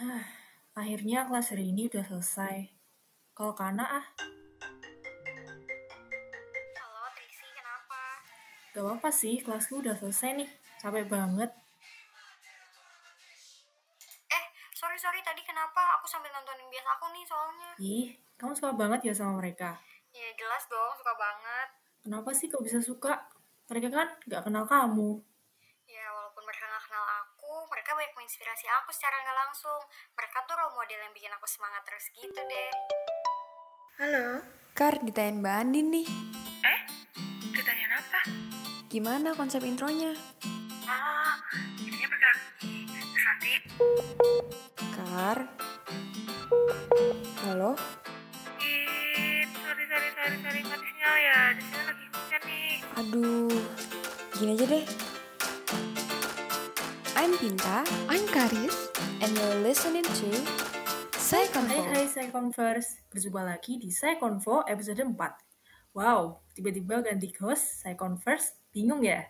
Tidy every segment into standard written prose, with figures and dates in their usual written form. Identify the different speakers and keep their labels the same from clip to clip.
Speaker 1: Akhirnya kelas hari ini udah selesai. Kalau Kana
Speaker 2: Halo Triksi, kenapa?
Speaker 1: gak apa-apa sih, kelasku udah selesai nih. Capek banget.
Speaker 2: Sorry, tadi kenapa? Aku sambil nontonin bias aku nih soalnya.
Speaker 1: Ih, kamu suka banget ya sama mereka.
Speaker 2: Ya jelas dong, suka banget.
Speaker 1: Kenapa sih kok bisa suka? Mereka kan gak kenal kamu.
Speaker 2: Ya walaupun mereka gak kenal aku, mereka banyak menginspirasi aku secara gak langsung. Mereka tuh role model yang bikin aku semangat terus gitu deh.
Speaker 3: Halo. Kar, ditanyain Mbak Andin nih.
Speaker 4: Ditanyain apa?
Speaker 3: Gimana konsep intronya?
Speaker 4: Jadinya pakai lagu terus nanti
Speaker 3: Kar? Halo?
Speaker 4: sorry mati sinyal ya. Di sini lagi hujan nih.
Speaker 3: Aduh, gini aja deh. I'm Pinta. I'm Karis. And you're listening to Psyconfo.
Speaker 1: Hai Psyconverse. Berjumpa lagi di Psyconfo episode 4. Wow, tiba-tiba ganti host Psyconverse. Bingung ya?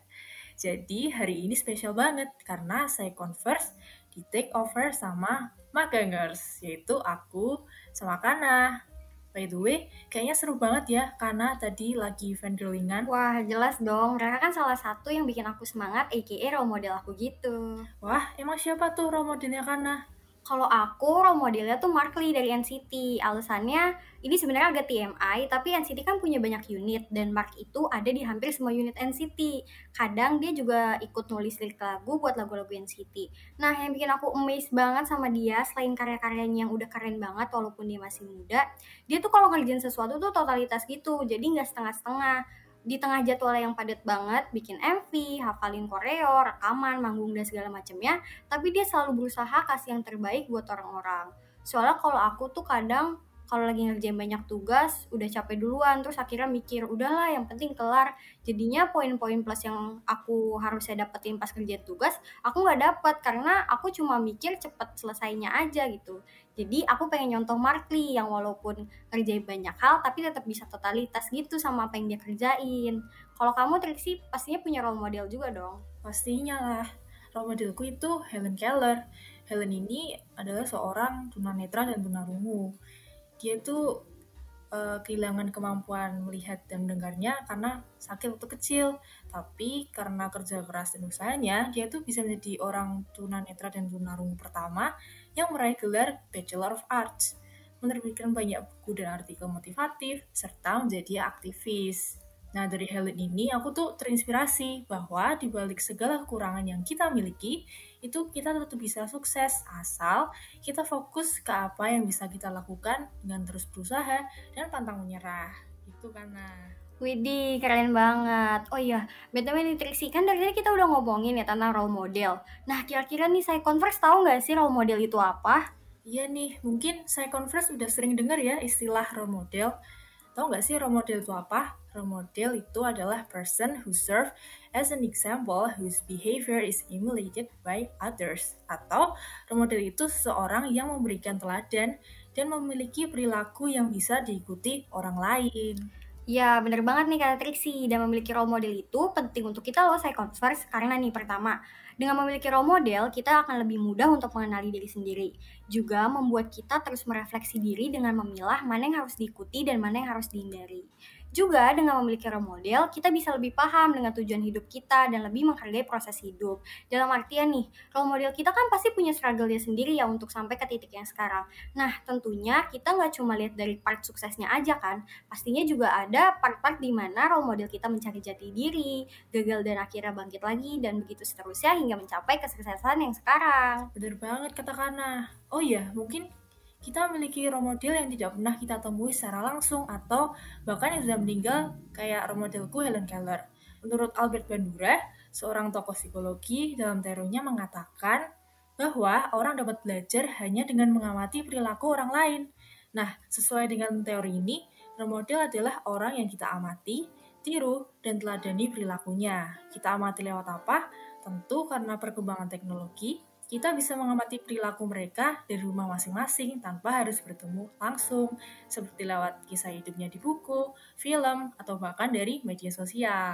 Speaker 1: Jadi hari ini spesial banget karena Psyconverse di take over sama Magangers, yaitu aku sama Kana. By the way, kayaknya seru banget ya, Kana tadi lagi fangirlingan.
Speaker 2: Wah jelas dong, mereka kan salah satu yang bikin aku semangat, aka role model aku gitu.
Speaker 1: Wah, emang siapa tuh role modelnya Kana?
Speaker 2: Kalau aku role modelnya tuh Mark Lee dari NCT. Alasannya ini sebenarnya agak TMI, tapi NCT kan punya banyak unit dan Mark itu ada di hampir semua unit NCT. Kadang dia juga ikut nulis lirik lagu buat lagu-lagu NCT. Nah, yang bikin aku amazed banget sama dia selain karya-karyanya yang udah keren banget walaupun dia masih muda, dia tuh kalau ngerjain sesuatu tuh totalitas gitu. Jadi nggak setengah-setengah. Di tengah jadwal yang padat banget, bikin MV, hafalin koreo, rekaman, manggung dan segala macamnya, tapi dia selalu berusaha kasih yang terbaik buat orang-orang. Soalnya kalau aku tuh kadang kalau lagi ngerjain banyak tugas, udah capek duluan, terus akhirnya mikir, udahlah yang penting kelar. Jadinya poin-poin plus yang aku harusnya dapetin pas kerjain tugas, aku nggak dapet karena aku cuma mikir cepet selesainya aja gitu. Jadi aku pengen nyontoh Markly yang walaupun ngerjain banyak hal, tapi tetap bisa totalitas gitu sama apa yang dia kerjain. Kalau kamu Triksi pastinya punya role model juga dong.
Speaker 1: Pastinya lah, role modelku itu Helen Keller. Helen ini adalah seorang tunanetra dan tunarungu. Dia tuh kehilangan kemampuan melihat dan mendengarnya karena sakit waktu kecil. Tapi karena kerja keras dan usahanya, dia tuh bisa menjadi orang tunanetra dan tunarungu pertama yang meraih gelar Bachelor of Arts, menerbitkan banyak buku dan artikel motivatif, serta menjadi aktivis. Nah, dari Helen ini aku tuh terinspirasi bahwa di balik segala kekurangan yang kita miliki, itu kita tetap bisa sukses asal kita fokus ke apa yang bisa kita lakukan dengan terus berusaha dan pantang menyerah. Gitu kan,
Speaker 2: Widih, keren banget. Oh iya, BTW nih Triksi, kan dari tadi kita udah ngomongin ya tentang role model. Nah, kira-kira nih saya Converse tahu nggak sih role model itu apa?
Speaker 1: Iya nih, mungkin saya Converse udah sering dengar ya istilah role model. Tahu nggak sih role model itu apa? Role model itu adalah person who serve as an example whose behavior is emulated by others. Atau role model itu seseorang yang memberikan teladan dan memiliki perilaku yang bisa diikuti orang lain.
Speaker 2: Ya, bener banget nih kata Triksi. Dan memiliki role model itu penting untuk kita loh, saya Converse. Karena nih, pertama, dengan memiliki role model, kita akan lebih mudah untuk mengenali diri sendiri. Juga membuat kita terus merefleksi diri dengan memilah mana yang harus diikuti dan mana yang harus dihindari. Juga dengan memiliki role model, kita bisa lebih paham dengan tujuan hidup kita dan lebih menghargai proses hidup. Dalam artian nih, role model kita kan pasti punya struggle-nya sendiri ya untuk sampai ke titik yang sekarang. Nah, tentunya kita nggak cuma lihat dari part suksesnya aja kan, pastinya juga ada part-part di mana role model kita mencari jati diri, gagal dan akhirnya bangkit lagi, dan begitu seterusnya hingga mencapai kesuksesan yang sekarang.
Speaker 1: Bener banget kata Kana. Oh iya, mungkin kita memiliki role model yang tidak pernah kita temui secara langsung atau bahkan yang sudah meninggal kayak role modelku Helen Keller. Menurut Albert Bandura, seorang tokoh psikologi dalam teorinya mengatakan bahwa orang dapat belajar hanya dengan mengamati perilaku orang lain. Nah, sesuai dengan teori ini, role model adalah orang yang kita amati, tiru, dan teladani perilakunya. Kita amati lewat apa? Tentu karena perkembangan teknologi, kita bisa mengamati perilaku mereka dari rumah masing-masing tanpa harus bertemu langsung, seperti lewat kisah hidupnya di buku, film, atau bahkan dari media sosial.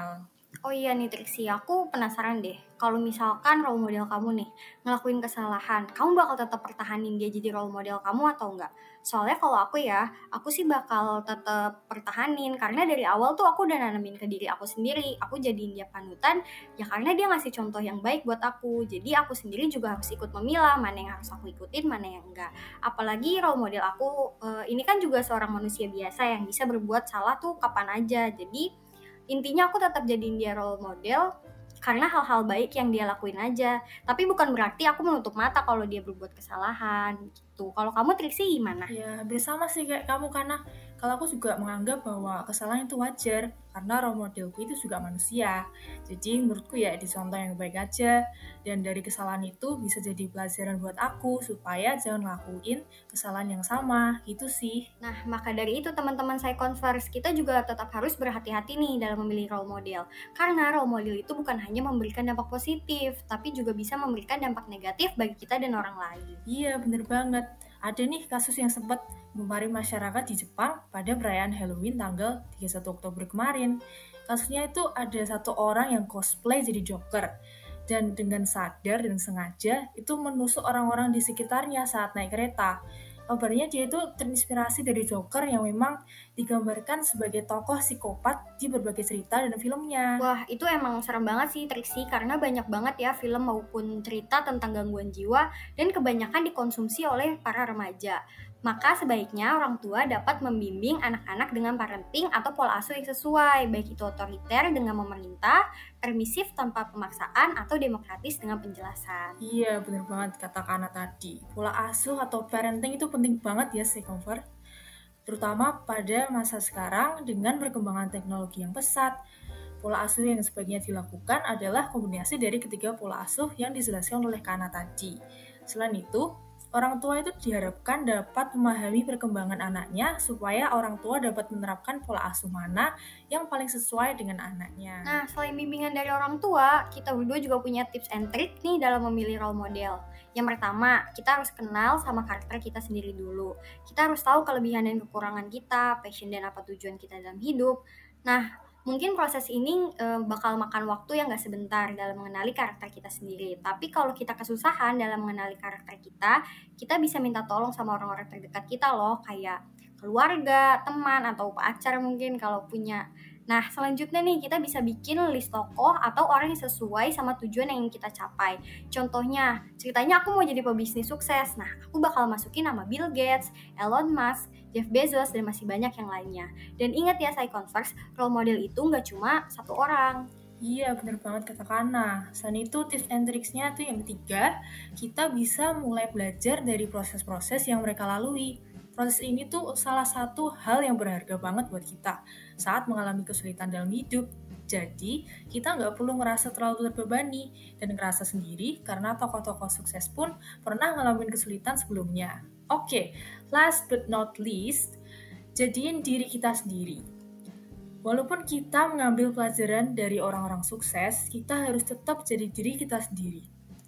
Speaker 2: Oh iya nih Triksi, aku penasaran deh. Kalau misalkan role model kamu nih ngelakuin kesalahan, kamu bakal tetap pertahanin dia jadi role model kamu atau enggak? Soalnya kalau aku sih bakal tetap pertahanin karena dari awal tuh aku udah nanamin ke diri aku sendiri. Aku jadiin dia panutan ya karena dia ngasih contoh yang baik buat aku. Jadi aku sendiri juga harus ikut memilah mana yang harus aku ikutin, mana yang enggak. Apalagi role model aku ini kan juga seorang manusia biasa yang bisa berbuat salah tuh kapan aja. Jadi intinya aku tetap jadiin dia role model karena hal-hal baik yang dia lakuin aja. Tapi bukan berarti aku menutup mata kalau dia berbuat kesalahan gitu. Kalau kamu Triksi gimana?
Speaker 1: Ya, hampir sama sih kayak kamu karena kalau aku juga menganggap bahwa kesalahan itu wajar karena role modelku itu juga manusia. Jadi menurutku ya dicontoh yang baik aja dan dari kesalahan itu bisa jadi pelajaran buat aku supaya jangan ngelakuin kesalahan yang sama gitu sih.
Speaker 2: Nah, maka dari itu teman-teman saya Converse, kita juga tetap harus berhati-hati nih dalam memilih role model. Karena role model itu bukan hanya memberikan dampak positif, tapi juga bisa memberikan dampak negatif bagi kita dan orang lain.
Speaker 1: Iya, bener banget. Ada nih kasus yang sempat memari masyarakat di Jepang pada perayaan Halloween tanggal 31 Oktober kemarin. Kasusnya itu ada satu orang yang cosplay jadi Joker dan dengan sadar dan sengaja itu menusuk orang-orang di sekitarnya saat naik kereta. Kabarnya dia itu terinspirasi dari Joker yang memang digambarkan sebagai tokoh psikopat di berbagai cerita dan filmnya.
Speaker 2: Wah, itu emang serem banget sih Triksi, karena banyak banget ya film maupun cerita tentang gangguan jiwa dan kebanyakan dikonsumsi oleh para remaja. Maka sebaiknya orang tua dapat membimbing anak-anak dengan parenting atau pola asuh yang sesuai, baik itu otoriter dengan memerintah, permisif tanpa pemaksaan, atau demokratis dengan penjelasan.
Speaker 1: Iya, bener banget kata Kana tadi. Pola asuh atau parenting itu penting banget ya, Sekomfort. Terutama pada masa sekarang dengan perkembangan teknologi yang pesat. Pola asuh yang sebaiknya dilakukan adalah kombinasi dari ketiga pola asuh yang dijelaskan oleh Kana tadi. Selain itu, orang tua itu diharapkan dapat memahami perkembangan anaknya supaya orang tua dapat menerapkan pola asuh mana yang paling sesuai dengan anaknya.
Speaker 2: Nah, selain bimbingan dari orang tua, kita berdua juga punya tips and trick nih dalam memilih role model. Yang pertama, kita harus kenal sama karakter kita sendiri dulu. Kita harus tahu kelebihan dan kekurangan kita, passion dan apa tujuan kita dalam hidup. Nah, mungkin proses ini bakal makan waktu yang gak sebentar dalam mengenali karakter kita sendiri. Tapi kalau kita kesusahan dalam mengenali karakter kita bisa minta tolong sama orang-orang terdekat kita loh, kayak keluarga, teman, atau pacar mungkin kalau punya. Nah, selanjutnya nih kita bisa bikin list tokoh atau orang yang sesuai sama tujuan yang ingin kita capai. Contohnya, ceritanya aku mau jadi pebisnis sukses. Nah, aku bakal masukin nama Bill Gates, Elon Musk, Jeff Bezos, dan masih banyak yang lainnya. Dan ingat ya, saya Converse, role model itu nggak cuma satu orang.
Speaker 1: Iya, bener banget kata Kana. Selain itu, tips and tricksnya tuh yang ketiga, kita bisa mulai belajar dari proses-proses yang mereka lalui. Proses ini tuh salah satu hal yang berharga banget buat kita saat mengalami kesulitan dalam hidup. Jadi, kita nggak perlu ngerasa terlalu terbebani dan ngerasa sendiri karena tokoh-tokoh sukses pun pernah ngalamin kesulitan sebelumnya. Oke, last but not least, jadiin diri kita sendiri. Walaupun kita mengambil pelajaran dari orang-orang sukses, kita harus tetap jadi diri kita sendiri.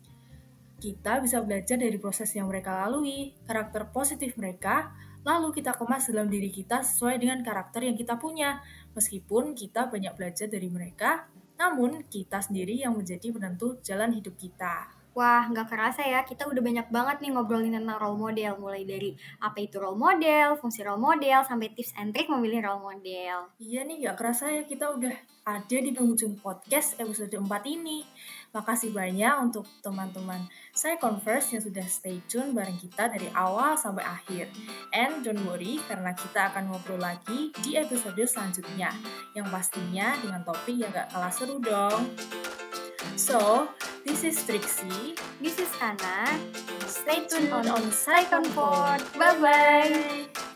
Speaker 1: Kita bisa belajar dari proses yang mereka lalui, karakter positif mereka, lalu kita kemas dalam diri kita sesuai dengan karakter yang kita punya. Meskipun kita banyak belajar dari mereka, namun kita sendiri yang menjadi penentu jalan hidup kita.
Speaker 2: Wah, nggak kerasa ya, kita udah banyak banget nih ngobrolin tentang role model. Mulai dari apa itu role model, fungsi role model, sampai tips and trick memilih role model.
Speaker 1: Iya nih, nggak kerasa ya kita udah ada di penghujung podcast episode 4 ini. Makasih banyak untuk teman-teman saya Converse yang sudah stay tune bareng kita dari awal sampai akhir. And don't worry, karena kita akan ngobrol lagi di episode selanjutnya. Yang pastinya dengan topik yang gak kalah seru dong. So, this is Trixie.
Speaker 2: This is Kana.
Speaker 1: Stay tuned on Psyconfort.
Speaker 2: Bye-bye.